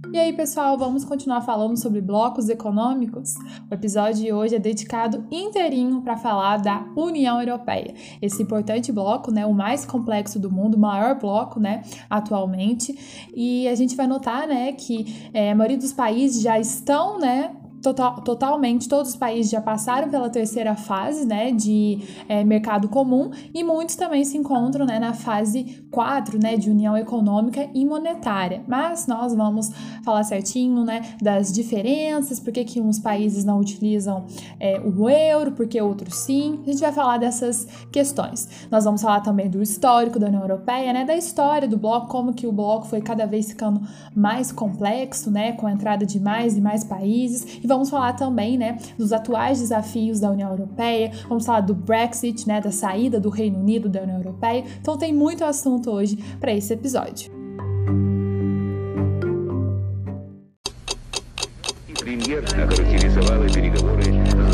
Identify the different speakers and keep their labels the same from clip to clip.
Speaker 1: E aí, pessoal, vamos continuar falando sobre blocos econômicos? O episódio de hoje é dedicado inteirinho para falar da União Europeia. Esse importante bloco, o mais complexo do mundo, o maior bloco, atualmente. E a gente vai notar, que a maioria dos países já estão, totalmente, todos os países já passaram pela terceira fase, de mercado comum, e muitos também se encontram, na fase 4, de união econômica e monetária. Mas nós vamos falar certinho, das diferenças, por que uns países não utilizam o euro, por que outros sim. A gente vai falar dessas questões. Nós vamos falar também do histórico da União Europeia, da história do bloco, como que o bloco foi cada vez ficando mais complexo, com a entrada de mais e mais países. E vamos falar também, dos atuais desafios da União Europeia, vamos falar do Brexit, da saída do Reino Unido da União Europeia. Então tem muito assunto hoje para esse episódio.
Speaker 2: Премьер охарактеризовала переговоры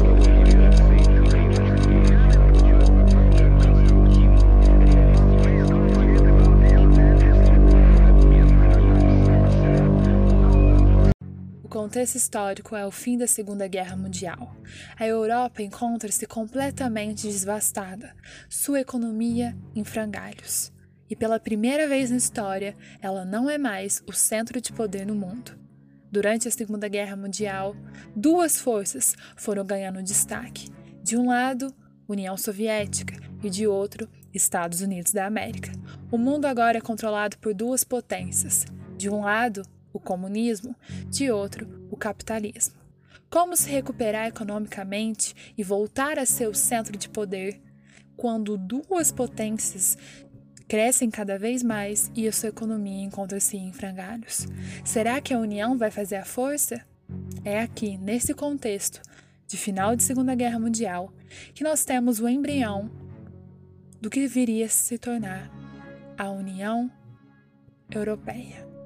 Speaker 1: O contexto histórico é o fim da Segunda Guerra Mundial. A Europa encontra-se completamente devastada, sua economia em frangalhos. E pela primeira vez na história, ela não é mais o centro de poder no mundo. Durante a Segunda Guerra Mundial, duas forças foram ganhando destaque. De um lado, União Soviética e de outro, Estados Unidos da América. O mundo agora é controlado por duas potências. De um lado, o comunismo, de outro, o capitalismo. Como se recuperar economicamente e voltar a ser o centro de poder quando duas potências crescem cada vez mais e a sua economia encontra-se em frangalhos? Será que a união vai fazer a força? É aqui, nesse contexto de final de Segunda Guerra Mundial, que nós temos o embrião do que viria a se tornar a União Europeia.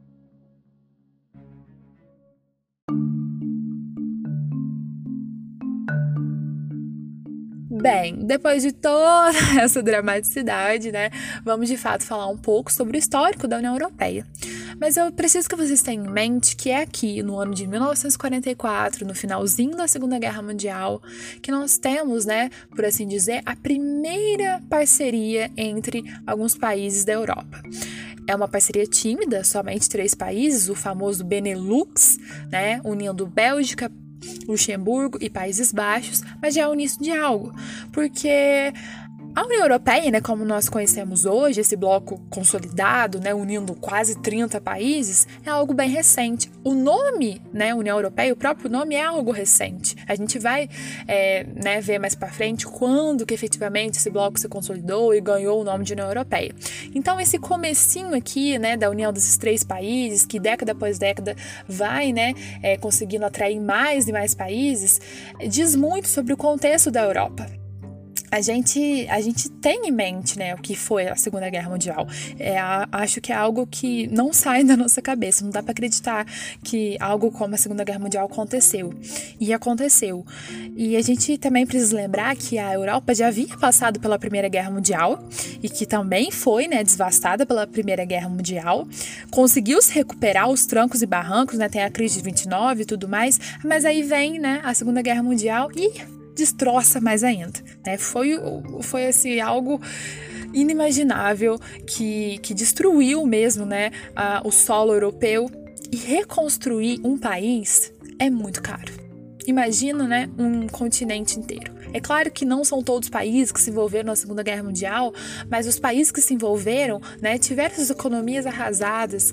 Speaker 1: Bem, depois de toda essa dramaticidade, vamos de fato falar um pouco sobre o histórico da União Europeia. Mas eu preciso que vocês tenham em mente que é aqui, no ano de 1944, no finalzinho da Segunda Guerra Mundial, que nós temos, por assim dizer, a primeira parceria entre alguns países da Europa. É uma parceria tímida, somente 3 países, o famoso Benelux, unindo Bélgica, Luxemburgo e Países Baixos, mas já é o início de algo, porque a União Europeia, como nós conhecemos hoje, esse bloco consolidado, unindo quase 30 países, é algo bem recente. O nome, União Europeia, o próprio nome é algo recente. A gente vai ver mais para frente quando que efetivamente esse bloco se consolidou e ganhou o nome de União Europeia. Então, esse comecinho aqui, da união desses 3 países, que década após década vai, conseguindo atrair mais e mais países, diz muito sobre o contexto da Europa. A gente tem em mente, o que foi a Segunda Guerra Mundial. Acho que é algo que não sai da nossa cabeça. Não dá para acreditar que algo como a Segunda Guerra Mundial aconteceu. E aconteceu. E a gente também precisa lembrar que a Europa já havia passado pela Primeira Guerra Mundial e que também foi, devastada pela Primeira Guerra Mundial. Conseguiu se recuperar os trancos e barrancos, tem a crise de 29 e tudo mais. Mas aí vem, a Segunda Guerra Mundial e destroça mais ainda, Foi assim, algo inimaginável que destruiu mesmo, o solo europeu. E reconstruir um país é muito caro. Imagina, um continente inteiro. É claro que não são todos os países que se envolveram na Segunda Guerra Mundial, mas os países que se envolveram, tiveram suas economias arrasadas,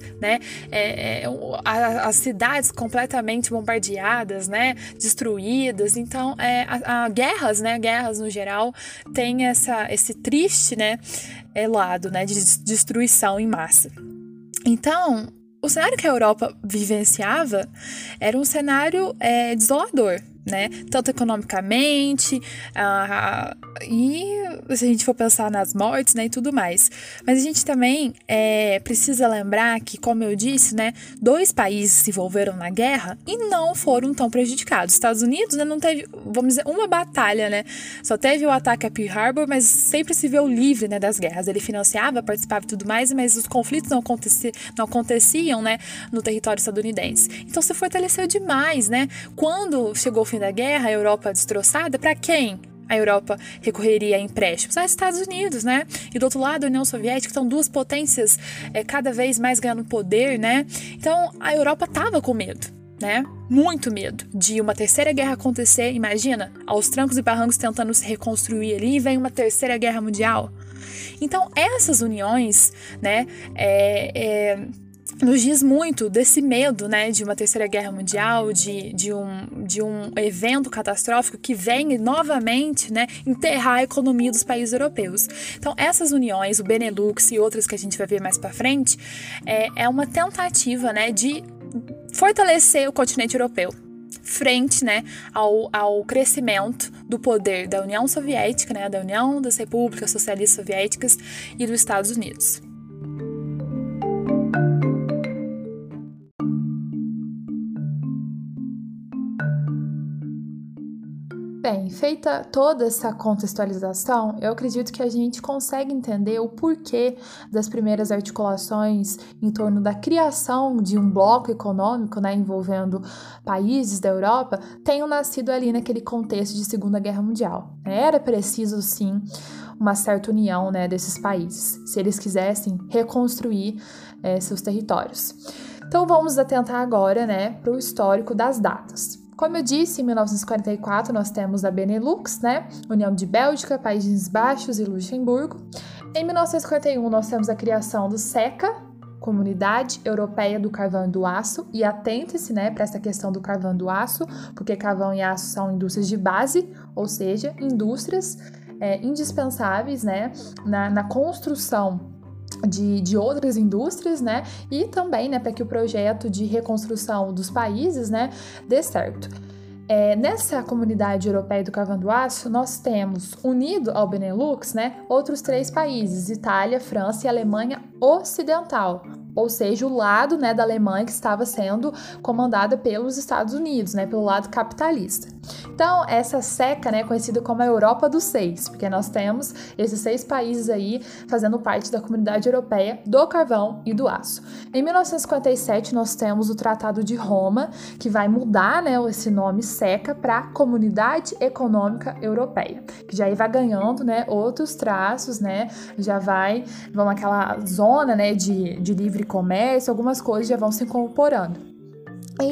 Speaker 1: as cidades completamente bombardeadas, destruídas. Então, guerras no geral, tem esse triste, lado, de destruição em massa. Então, o cenário que a Europa vivenciava era um cenário desolador. né? Tanto economicamente, e se a gente for pensar nas mortes, né, e tudo mais. Mas a gente também precisa lembrar que, como eu disse, né, 2 países se envolveram na guerra e não foram tão prejudicados. Os Estados Unidos, né, não teve, vamos dizer, uma batalha, né? Só teve o ataque a Pearl Harbor, mas sempre se viu livre, né, das guerras. Ele financiava, participava e tudo mais, mas os conflitos não aconteciam, né, no território estadunidense. Então se fortaleceu demais, né? Quando chegou o fim da guerra, a Europa destroçada, para quem a Europa recorreria a empréstimos? Aos Estados Unidos, né? E do outro lado, a União Soviética, então 2 potências cada vez mais ganhando poder, né? Então a Europa tava com medo, né? Muito medo de uma terceira guerra acontecer. Imagina, aos trancos e barrancos tentando se reconstruir ali, e vem uma terceira guerra mundial. Então essas uniões, né, nos diz muito desse medo, né, de uma terceira guerra mundial, de um evento catastrófico que vem novamente, né, enterrar a economia dos países europeus. Então, essas uniões, o Benelux e outras que a gente vai ver mais para frente, é uma tentativa, né, de fortalecer o continente europeu frente, né, ao crescimento do poder da União Soviética, né, da União das Repúblicas Socialistas Soviéticas e dos Estados Unidos. Bem, feita toda essa contextualização, eu acredito que a gente consegue entender o porquê das primeiras articulações em torno da criação de um bloco econômico, né, envolvendo países da Europa, tenham nascido ali naquele contexto de Segunda Guerra Mundial. Era preciso, sim, uma certa união, né, desses países, se eles quisessem reconstruir seus territórios. Então vamos atentar agora, né, para o histórico das datas. Como eu disse, em 1944 nós temos a Benelux, né? União de Bélgica, Países Baixos e Luxemburgo. Em 1951 nós temos a criação do SECA, Comunidade Europeia do Carvão e do Aço, e atente-se, né, para essa questão do carvão e do aço, porque carvão e aço são indústrias de base, ou seja, indústrias indispensáveis, né, na construção de outras indústrias, né, e também, né, para que o projeto de reconstrução dos países, né, dê certo. Nessa Comunidade Europeia do Carvão do Aço, nós temos, unido ao Benelux, né, outros 3 países, Itália, França e Alemanha Ocidental, ou seja, o lado, né, da Alemanha que estava sendo comandada pelos Estados Unidos, né, pelo lado capitalista. Então, essa SECA, né, é conhecida como a Europa dos 6, porque nós temos esses 6 países aí fazendo parte da Comunidade Europeia do Carvão e do Aço. Em 1957, nós temos o Tratado de Roma, que vai mudar, né, esse nome SECA para Comunidade Econômica Europeia, que já vai ganhando, né, outros traços, né, vão aquela zona, né, de livre comércio, algumas coisas já vão se incorporando. Em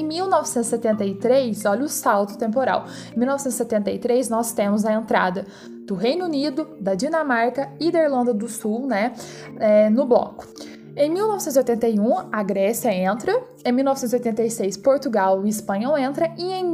Speaker 1: 1973, olha o salto temporal. Em 1973, nós temos a entrada do Reino Unido, da Dinamarca e da Irlanda do Sul, né, no bloco. Em 1981, a Grécia entra, em 1986, Portugal e Espanha entram, e em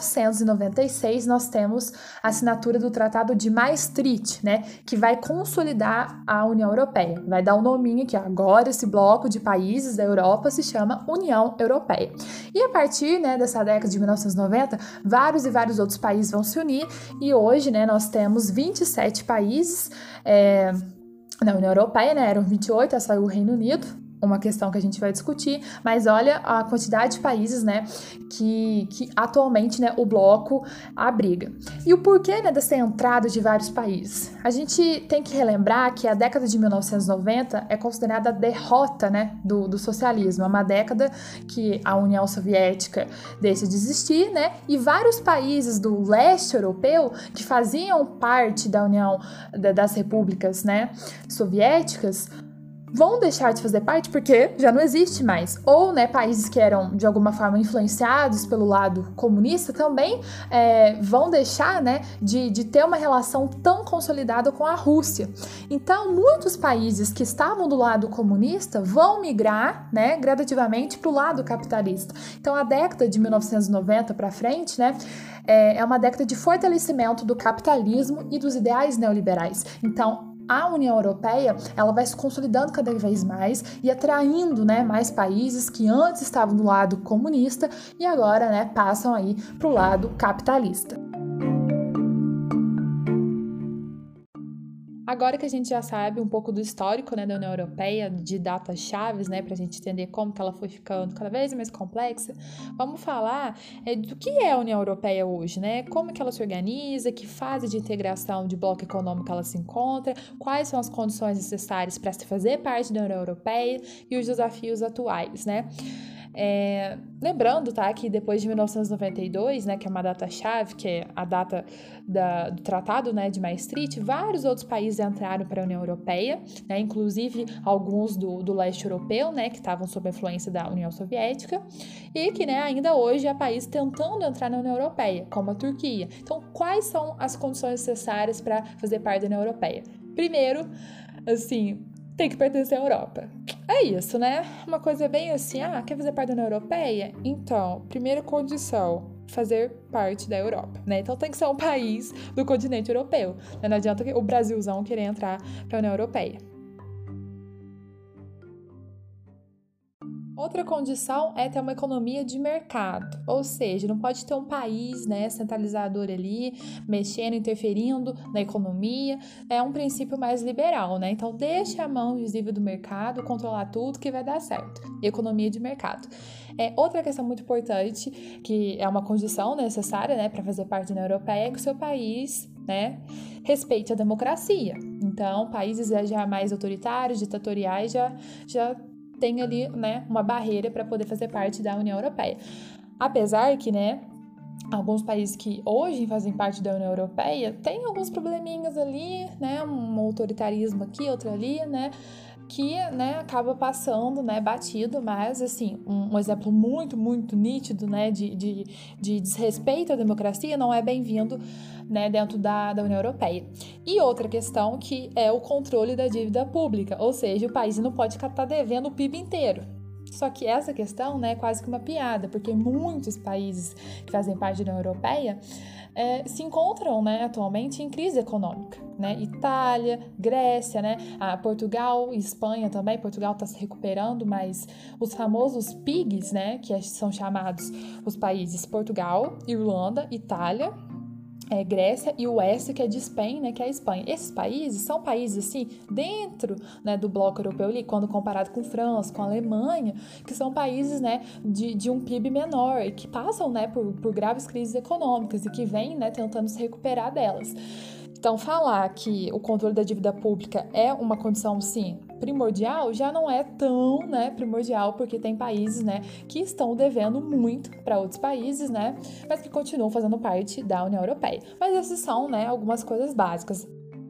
Speaker 1: 1996 nós temos a assinatura do Tratado de Maastricht, né, que vai consolidar a União Europeia. Vai dar um nominho aqui, agora esse bloco de países da Europa se chama União Europeia. E a partir, né, dessa década de 1990, vários e vários outros países vão se unir, e hoje, né, nós temos 27 países, na União Europeia, né, eram 28, saiu o Reino Unido, uma questão que a gente vai discutir, mas olha a quantidade de países, né, que atualmente, né, o bloco abriga. E o porquê, né, dessa entrada de vários países? A gente tem que relembrar que a década de 1990 é considerada a derrota, né, do socialismo, é uma década que a União Soviética deixa de existir, né, e vários países do leste europeu que faziam parte da União das Repúblicas, né, soviéticas, vão deixar de fazer parte porque já não existe mais. Ou, né, países que eram, de alguma forma, influenciados pelo lado comunista também vão deixar, né, de ter uma relação tão consolidada com a Rússia. Então, muitos países que estavam do lado comunista vão migrar, né, gradativamente para o lado capitalista. Então, a década de 1990 para frente, né, é uma década de fortalecimento do capitalismo e dos ideais neoliberais. Então, a União Europeia ela vai se consolidando cada vez mais e atraindo, né, mais países que antes estavam do lado comunista e agora, né, passam aí para o lado capitalista. Agora que a gente já sabe um pouco do histórico, né, da União Europeia, de datas chaves, né, para a gente entender como que ela foi ficando cada vez mais complexa, vamos falar do que é a União Europeia hoje, né? Como que ela se organiza, que fase de integração de bloco econômico ela se encontra, quais são as condições necessárias para se fazer parte da União Europeia e os desafios atuais, né? Lembrando, tá, que depois de 1992, né, que é uma data-chave, que é a data do Tratado, né, de Maastricht, vários outros países entraram para a União Europeia, né, inclusive alguns do leste europeu, né, que estavam sob a influência da União Soviética, e que, né, ainda hoje há países tentando entrar na União Europeia, como a Turquia. Então, quais são as condições necessárias para fazer parte da União Europeia? Primeiro, assim, tem que pertencer à Europa. É isso, né? Uma coisa bem assim, quer fazer parte da União Europeia? Então, primeira condição, fazer parte da Europa, né? Então tem que ser um país do continente europeu. Não adianta o Brasilzão querer entrar para a União Europeia. Outra condição é ter uma economia de mercado, ou seja, não pode ter um país, né, centralizador ali, mexendo, interferindo na economia, é um princípio mais liberal, né? Então, deixa a mão visível do mercado, controlar tudo que vai dar certo. Economia de mercado. Outra questão muito importante, que é uma condição necessária, né, para fazer parte da União Europeia, é que o seu país, né, respeite a democracia. Então, países já mais autoritários, ditatoriais, já tem ali, né, uma barreira para poder fazer parte da União Europeia. Apesar que, né, alguns países que hoje fazem parte da União Europeia têm alguns probleminhas ali, né, um autoritarismo aqui, outro ali, né, que, né, acaba passando, né, batido, mas, assim, um exemplo muito, muito nítido, né, de desrespeito à democracia não é bem-vindo, né, dentro da União Europeia. E outra questão que é o controle da dívida pública, ou seja, o país não pode estar devendo o PIB inteiro. Só que essa questão, né, é quase que uma piada, porque muitos países que fazem parte da União Europeia se encontram, né, atualmente em crise econômica, né? Itália, Grécia, né? Portugal e Espanha também. Portugal está se recuperando, mas os famosos PIGs, né, que são chamados os países Portugal, Irlanda, Itália, Grécia e o oeste, que é de Espanha, né, que é a Espanha. Esses países são países, assim, dentro, né, do bloco europeu ali, quando comparado com França, com a Alemanha, que são países, né, de um PIB menor e que passam, né, por graves crises econômicas e que vêm, né, tentando se recuperar delas. Então, falar que o controle da dívida pública é uma condição, sim, primordial, já não é tão, né, primordial, porque tem países, né, que estão devendo muito para outros países, né, mas que continuam fazendo parte da União Europeia. Mas essas são, né, algumas coisas básicas.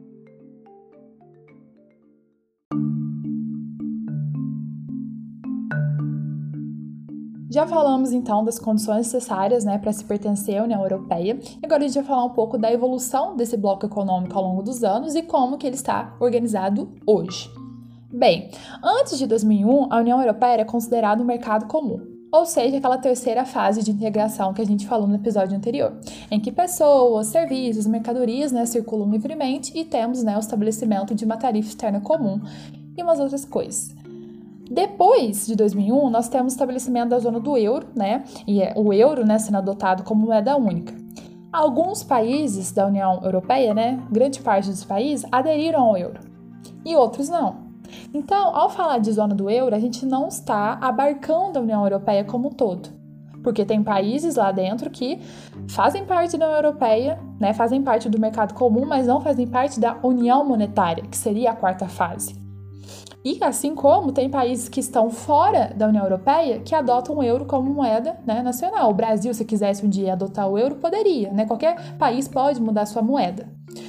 Speaker 1: Já falamos, então, das condições necessárias, né, para se pertencer à União Europeia. E agora a gente vai falar um pouco da evolução desse bloco econômico ao longo dos anos e como que ele está organizado hoje. Bem, antes de 2001, a União Europeia era considerada um mercado comum, ou seja, aquela terceira fase de integração que a gente falou no episódio anterior, em que pessoas, serviços, mercadorias, né, circulam livremente e temos, né, o estabelecimento de uma tarifa externa comum e umas outras coisas. Depois de 2001, nós temos o estabelecimento da zona do euro, né, e o euro, né, sendo adotado como moeda única. Alguns países da União Europeia, né, grande parte dos países, aderiram ao euro e outros não. Então, ao falar de zona do euro, a gente não está abarcando a União Europeia como um todo, porque tem países lá dentro que fazem parte da União Europeia, né, fazem parte do mercado comum, mas não fazem parte da União Monetária, que seria a quarta fase. E assim como tem países que estão fora da União Europeia que adotam o euro como moeda, né, nacional. O Brasil, se quisesse um dia adotar o euro, poderia, né? Qualquer país pode mudar sua moeda.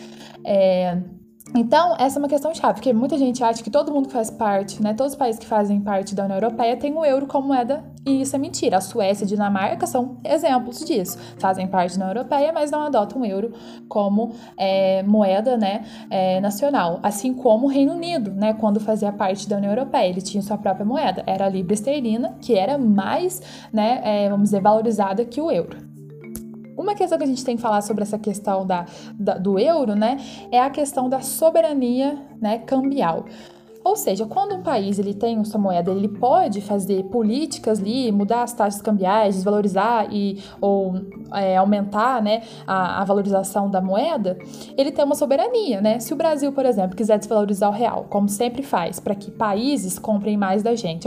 Speaker 1: Então, essa é uma questão chave, porque muita gente acha que todo mundo que faz parte, né, todos os países que fazem parte da União Europeia têm o euro como moeda, e isso é mentira. A Suécia e a Dinamarca são exemplos disso. Fazem parte da União Europeia, mas não adotam o euro como moeda, né, nacional. Assim como o Reino Unido, né, quando fazia parte da União Europeia, ele tinha sua própria moeda, era a libra esterlina, que era mais, né, vamos dizer, valorizada que o euro. Uma questão que a gente tem que falar sobre essa questão do euro, né, é a questão da soberania, né, cambial. Ou seja, quando um país ele tem sua moeda, ele pode fazer políticas ali, mudar as taxas cambiais, desvalorizar ou aumentar, né, a valorização da moeda, ele tem uma soberania, né? Se o Brasil, por exemplo, quiser desvalorizar o real, como sempre faz, para que países comprem mais da gente,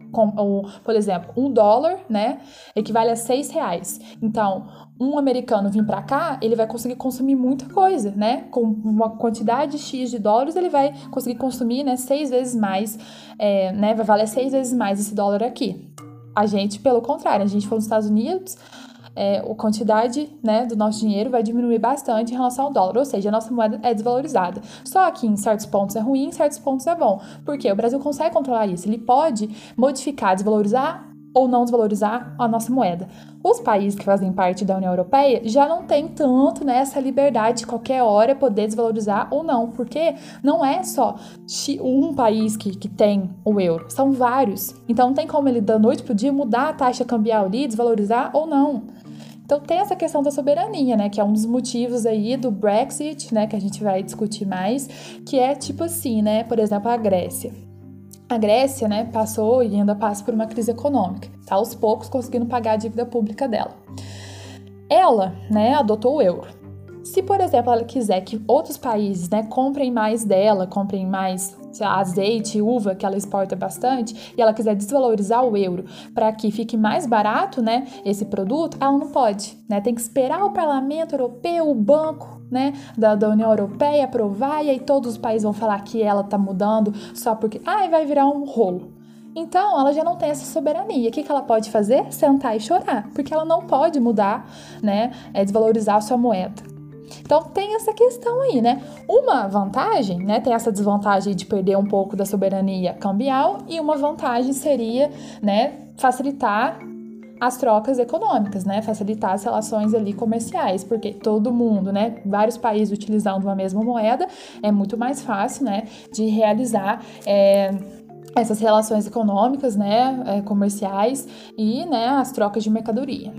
Speaker 1: por exemplo, $1, né, equivale a R$6. Então, um americano vir para cá, ele vai conseguir consumir muita coisa, né? Com uma quantidade X de dólares, ele vai conseguir consumir, né, 6 vezes mais, né? Vai valer 6 vezes mais esse dólar aqui. A gente, pelo contrário, a gente for nos Estados Unidos, a quantidade, né, do nosso dinheiro vai diminuir bastante em relação ao dólar, ou seja, a nossa moeda é desvalorizada. Só que em certos pontos é ruim, em certos pontos é bom. Por quê? O Brasil consegue controlar isso, ele pode modificar, desvalorizar ou não desvalorizar a nossa moeda. Os países que fazem parte da União Europeia já não têm tanto, né, essa liberdade de qualquer hora poder desvalorizar ou não, porque não é só um país que tem o euro, são vários. Então não tem como ele da noite pro dia mudar a taxa cambial ali, desvalorizar ou não. Então tem essa questão da soberania, né, que é um dos motivos aí do Brexit, né, que a gente vai discutir mais, que é tipo assim, né, por exemplo, a Grécia. A Grécia, né, passou e ainda passa por uma crise econômica, tá aos poucos conseguindo pagar a dívida pública dela. Ela, né, adotou o euro. Se, por exemplo, ela quiser que outros países, né, comprem mais dela, comprem mais, sei lá, azeite, uva, que ela exporta bastante, e ela quiser desvalorizar o euro para que fique mais barato, né, esse produto, ela não pode, né? Tem que esperar o Parlamento Europeu, o Banco, né, da União Europeia aprovar, e aí todos os países vão falar que ela tá mudando só porque, vai virar um rolo. Então, ela já não tem essa soberania. O que ela pode fazer? Sentar e chorar, porque ela não pode mudar, né, desvalorizar a sua moeda. Então, tem essa questão aí, né? Uma vantagem, né, tem essa desvantagem de perder um pouco da soberania cambial, e uma vantagem seria, né, facilitar as trocas econômicas, né, facilitar as relações ali comerciais, porque todo mundo, né, vários países utilizando uma mesma moeda, é muito mais fácil, né, de realizar essas relações econômicas, né, comerciais e, né, as trocas de mercadoria.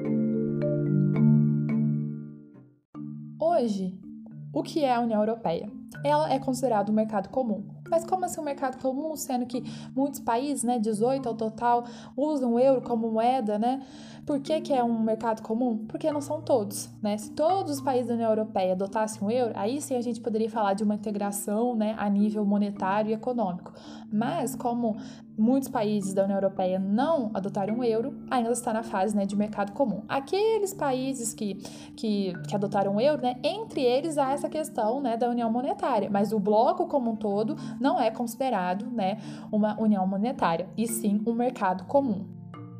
Speaker 1: Hoje, o que é a União Europeia? Ela é considerada um mercado comum. Mas como assim um mercado comum, sendo que muitos países, né, 18 ao total, usam o euro como moeda, né? Por que é um mercado comum? Porque não são todos, né? Se todos os países da União Europeia adotassem o euro, aí sim a gente poderia falar de uma integração, né, a nível monetário e econômico. Mas como muitos países da União Europeia não adotaram o euro, ainda está na fase, né, de mercado comum. Aqueles países que adotaram o euro, né, entre eles há essa questão, né, da união monetária, mas o bloco como um todo não é considerado, né, uma união monetária, e sim um mercado comum.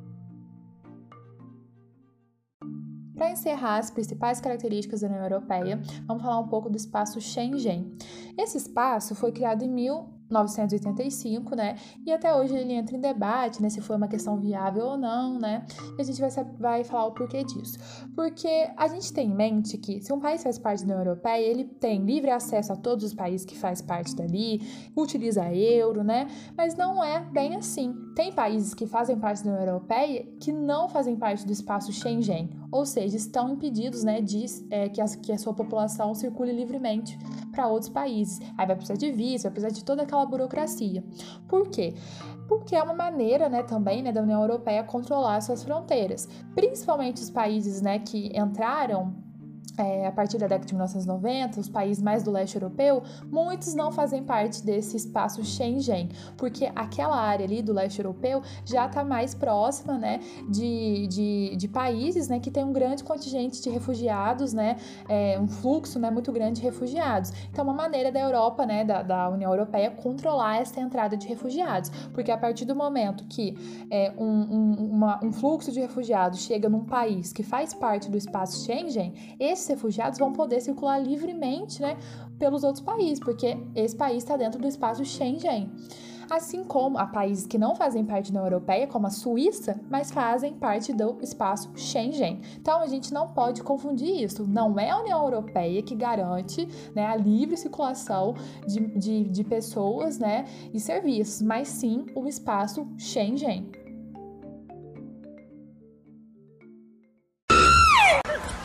Speaker 1: Para encerrar as principais características da União Europeia, vamos falar um pouco do espaço Schengen. Esse espaço foi criado em 1985, né? E até hoje ele entra em debate, né? Se foi uma questão viável ou não, né? E a gente vai falar o porquê disso. Porque a gente tem em mente que se um país faz parte da União Europeia, ele tem livre acesso a todos os países que faz parte dali, utiliza euro, né? Mas não é bem assim. Tem países que fazem parte da União Europeia que não fazem parte do espaço Schengen, ou seja, estão impedidos, né, que a sua população circule livremente para outros países. Aí vai precisar de visto, vai precisar de toda aquela burocracia. Por quê? Porque é uma maneira, né, também, né, da União Europeia controlar suas fronteiras. Principalmente os países, né, que entraram a partir da década de 1990, os países mais do leste europeu, muitos não fazem parte desse espaço Schengen, porque aquela área ali do leste europeu já está mais próxima, né, de países, né, que tem um grande contingente de refugiados, né, um fluxo, né, muito grande de refugiados. Então, uma maneira da Europa, né, da União Europeia controlar essa entrada de refugiados, porque a partir do momento que um fluxo de refugiados chega num país que faz parte do espaço Schengen, esses refugiados vão poder circular livremente, né, pelos outros países, porque esse país está dentro do espaço Schengen. Assim como há países que não fazem parte da União Europeia, como a Suíça, mas fazem parte do espaço Schengen. Então, a gente não pode confundir isso. Não é a União Europeia que garante, né, a livre circulação de pessoas, né, e serviços, mas sim o espaço Schengen.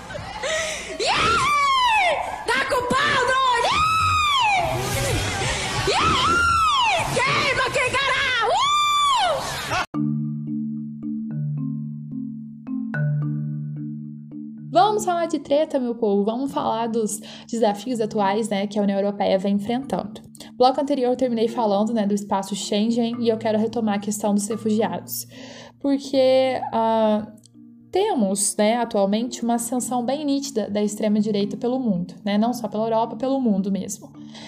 Speaker 1: vamos falar de treta, meu povo, vamos falar dos desafios atuais, né, que a União Europeia vem enfrentando. No bloco anterior eu terminei falando, né, do espaço Schengen e eu quero retomar a questão dos refugiados, porque temos, né, atualmente uma ascensão bem nítida da extrema-direita pelo mundo, né, não só pela Europa, pelo mundo mesmo.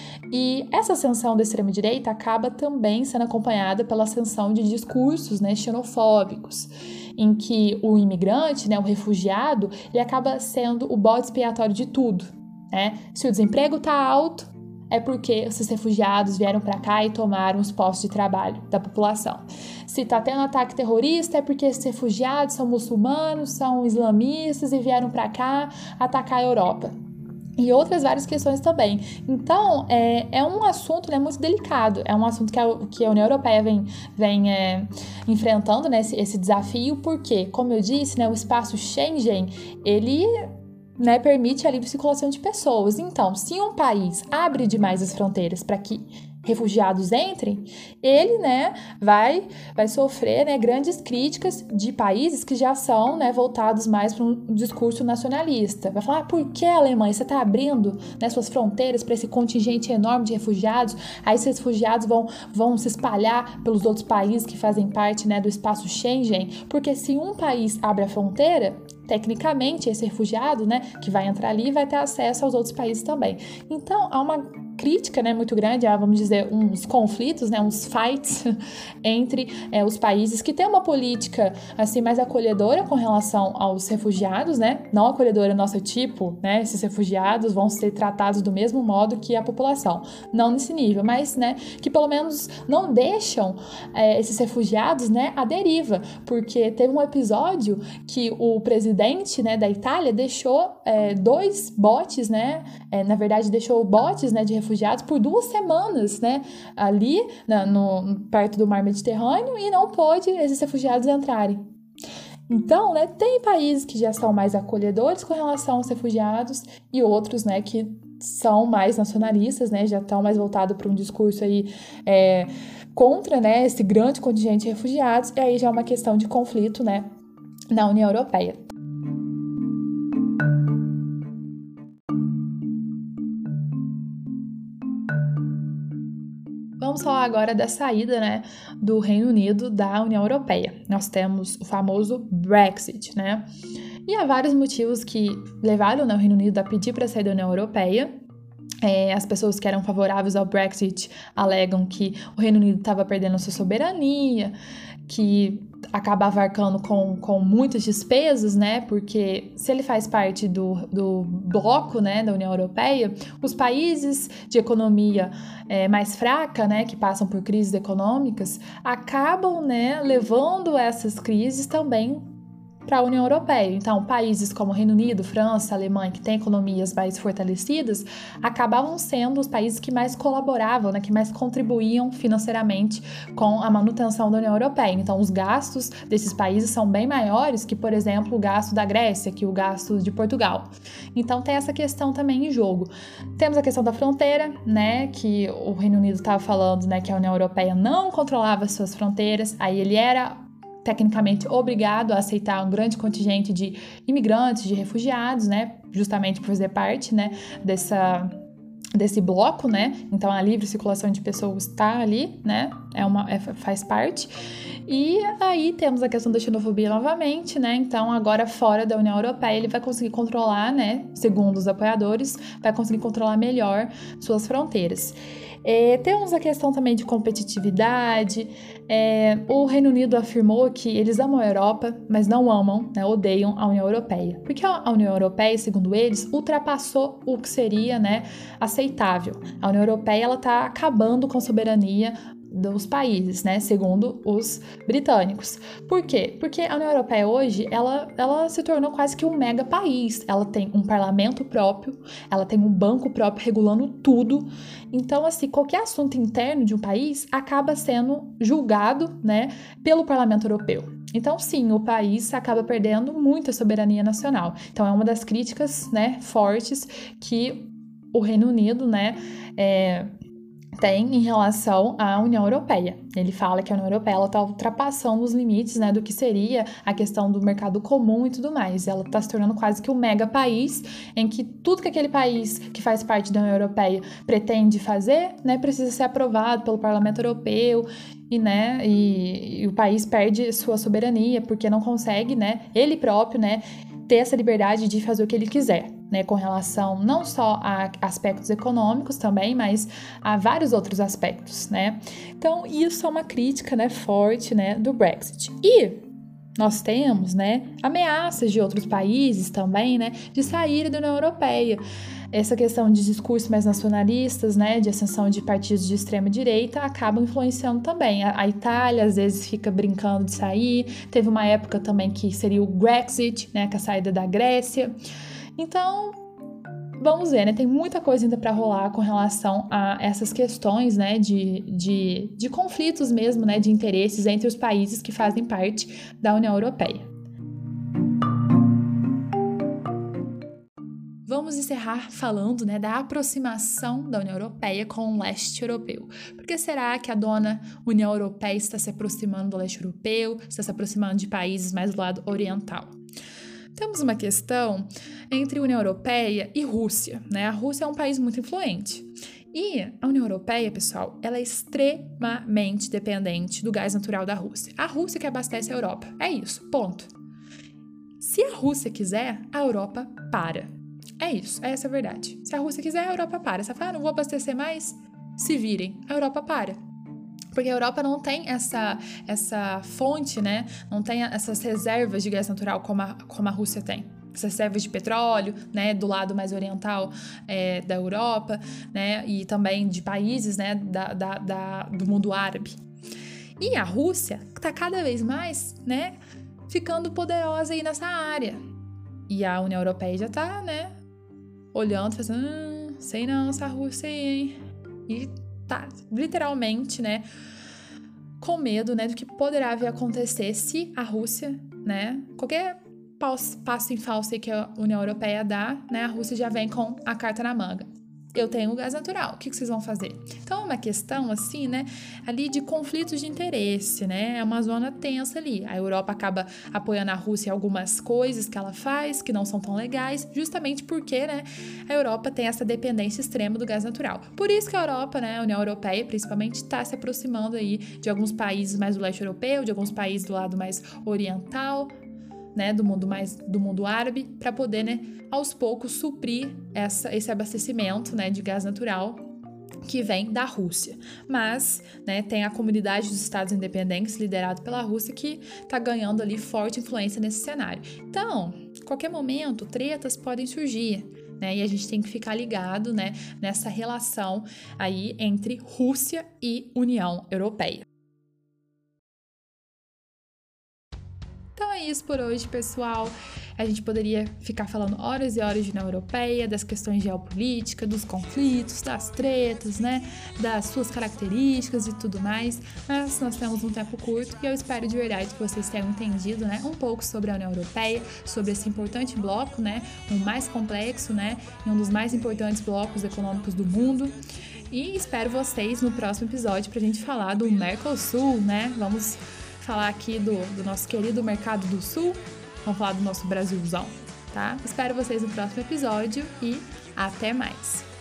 Speaker 1: E essa ascensão da extrema-direita acaba também sendo acompanhada pela ascensão de discursos, né, xenofóbicos, em que o imigrante, né, o refugiado, ele acaba sendo o bode expiatório de tudo, né? Se o desemprego está alto, é porque esses refugiados vieram para cá e tomaram os postos de trabalho da população. Se está tendo ataque terrorista, é porque esses refugiados são muçulmanos, são islamistas e vieram para cá atacar a Europa. E outras várias questões também. Então, é um assunto, né, muito delicado. É um assunto que a União Europeia vem enfrentando, né, esse desafio, porque, como eu disse, né, o espaço Schengen, ele, né, permite a livre circulação de pessoas. Então, se um país abre demais as fronteiras para que refugiados entrem, ele, né, vai sofrer, né, grandes críticas de países que já são, né, voltados mais para um discurso nacionalista. Vai falar, por que, Alemanha, você está abrindo, né, suas fronteiras para esse contingente enorme de refugiados? Aí esses refugiados vão se espalhar pelos outros países que fazem parte, né, do espaço Schengen, porque se um país abre a fronteira, tecnicamente esse refugiado, né, que vai entrar ali vai ter acesso aos outros países também. Então, há uma crítica, né, muito grande, vamos dizer, uns conflitos, né, uns fights entre os países que têm uma política assim mais acolhedora com relação aos refugiados, né, não acolhedora nosso tipo, né, esses refugiados vão ser tratados do mesmo modo que a população, não nesse nível, mas, né, que pelo menos não deixam esses refugiados, né, à deriva, porque teve um episódio que o presidente, né, da Itália deixou 2 botes, né, na verdade deixou botes, né, de refugiados por 2 semanas, né, ali perto do mar Mediterrâneo e não pôde esses refugiados entrarem. Então, né, tem países que já são mais acolhedores com relação aos refugiados e outros, né, que são mais nacionalistas, né, já estão mais voltados para um discurso aí contra, né, esse grande contingente de refugiados, e aí já é uma questão de conflito, né, na União Europeia. Vamos falar agora da saída, né, do Reino Unido da União Europeia. Nós temos o famoso Brexit, né? E há vários motivos que levaram, né, o Reino Unido a pedir para sair da União Europeia. As pessoas que eram favoráveis ao Brexit alegam que o Reino Unido estava perdendo sua soberania, que acabava arcando com muitas despesas, né? Porque se ele faz parte do bloco, né, da União Europeia, os países de economia mais fraca, né, que passam por crises econômicas, acabam, né, levando essas crises também para a União Europeia. Então, países como Reino Unido, França, Alemanha, que têm economias mais fortalecidas, acabavam sendo os países que mais colaboravam, né, que mais contribuíam financeiramente com a manutenção da União Europeia. Então, os gastos desses países são bem maiores que, por exemplo, o gasto da Grécia, que o gasto de Portugal. Então, tem essa questão também em jogo. Temos a questão da fronteira, né, que o Reino Unido estava falando, né, que a União Europeia não controlava as suas fronteiras, aí ele era tecnicamente obrigado a aceitar um grande contingente de imigrantes, de refugiados, né, justamente por fazer parte, né, desse bloco, né, então a livre circulação de pessoas está ali, né, faz parte. E aí temos a questão da xenofobia novamente, né, então agora fora da União Europeia ele vai conseguir controlar, né, segundo os apoiadores, vai conseguir controlar melhor suas fronteiras. Temos a questão também de competitividade. O Reino Unido afirmou que eles amam a Europa, mas não amam, né, odeiam a União Europeia. Porque a União Europeia, segundo eles, ultrapassou o que seria, né, aceitável. A União Europeia está acabando com a soberania dos países, né, segundo os britânicos. Por quê? Porque a União Europeia hoje, ela se tornou quase que um mega país. Ela tem um parlamento próprio, ela tem um banco próprio regulando tudo. Então, assim, qualquer assunto interno de um país acaba sendo julgado, né, pelo parlamento europeu. Então, sim, o país acaba perdendo muita soberania nacional. Então, é uma das críticas, né, fortes que o Reino Unido, né, tem em relação à União Europeia. Ele fala que a União Europeia está ultrapassando os limites, né, do que seria a questão do mercado comum e tudo mais. Ela está se tornando quase que um mega país, em que tudo que aquele país que faz parte da União Europeia pretende fazer, né, precisa ser aprovado pelo Parlamento Europeu, e o país perde sua soberania, porque não consegue, né, ele próprio, né, ter essa liberdade de fazer o que ele quiser, né, com relação não só a aspectos econômicos também, mas a vários outros aspectos, né. Então, isso é uma crítica, né, forte, né, do Brexit. E nós temos, né, ameaças de outros países também, né, de sair da União Europeia. Essa questão de discursos mais nacionalistas, né, de ascensão de partidos de extrema-direita, acabam influenciando também. A Itália, às vezes, fica brincando de sair. Teve uma época também que seria o Brexit, né, com a saída da Grécia. Então, vamos ver, né, tem muita coisa ainda para rolar com relação a essas questões, né, de conflitos mesmo, né, de interesses entre os países que fazem parte da União Europeia. Vamos encerrar falando, né, da aproximação da União Europeia com o leste europeu. Por que será que a dona União Europeia está se aproximando do leste europeu, está se aproximando de países mais do lado oriental? Temos uma questão entre União Europeia e Rússia, né? A Rússia é um país muito influente. E a União Europeia, pessoal, ela é extremamente dependente do gás natural da Rússia. A Rússia que abastece a Europa. É isso, ponto. Se a Rússia quiser, a Europa para. É isso, essa é a verdade. Se a Rússia quiser, a Europa para. Se ela fala, não vou abastecer mais, se virem, a Europa para. Porque a Europa não tem essa fonte, né? Não tem essas reservas de gás natural como a Rússia tem. Essas reservas de petróleo, né? Do lado mais oriental da Europa, né? E também de países, né? Do mundo árabe. E a Rússia está cada vez mais, né? Ficando poderosa aí nessa área. E a União Europeia já tá, né? Olhando, fazendo, sei não, essa Rússia aí, hein? E tá, literalmente, né? Com medo, né? Do que poderá vir a acontecer se a Rússia, né? Qualquer passo em falso aí que a União Europeia dá, né? A Rússia já vem com a carta na manga. Eu tenho gás natural, o que vocês vão fazer? Então, é uma questão, assim, né, ali de conflitos de interesse, né, é uma zona tensa ali. A Europa acaba apoiando a Rússia em algumas coisas que ela faz, que não são tão legais, justamente porque, né, a Europa tem essa dependência extrema do gás natural. Por isso que a Europa, né, a União Europeia, principalmente, está se aproximando aí de alguns países mais do leste europeu, de alguns países do lado mais oriental, né, do mundo árabe, para poder, né, aos poucos suprir esse abastecimento, né, de gás natural que vem da Rússia. Mas, né, tem a comunidade dos Estados Independentes, liderado pela Rússia, que está ganhando ali forte influência nesse cenário. Então, a qualquer momento, tretas podem surgir, né, e a gente tem que ficar ligado, né, nessa relação aí entre Rússia e União Europeia. Então é isso por hoje, pessoal. A gente poderia ficar falando horas e horas de União Europeia, das questões geopolíticas, dos conflitos, das tretas, né, das suas características e tudo mais, mas nós temos um tempo curto e eu espero de verdade que vocês tenham entendido, né, um pouco sobre a União Europeia, sobre esse importante bloco, né, o mais complexo, né, e um dos mais importantes blocos econômicos do mundo. E espero vocês no próximo episódio pra gente falar do Mercosul, né, vamos falar aqui do nosso querido Mercado do Sul, vamos falar do nosso Brasilzão, tá? Espero vocês no próximo episódio e até mais!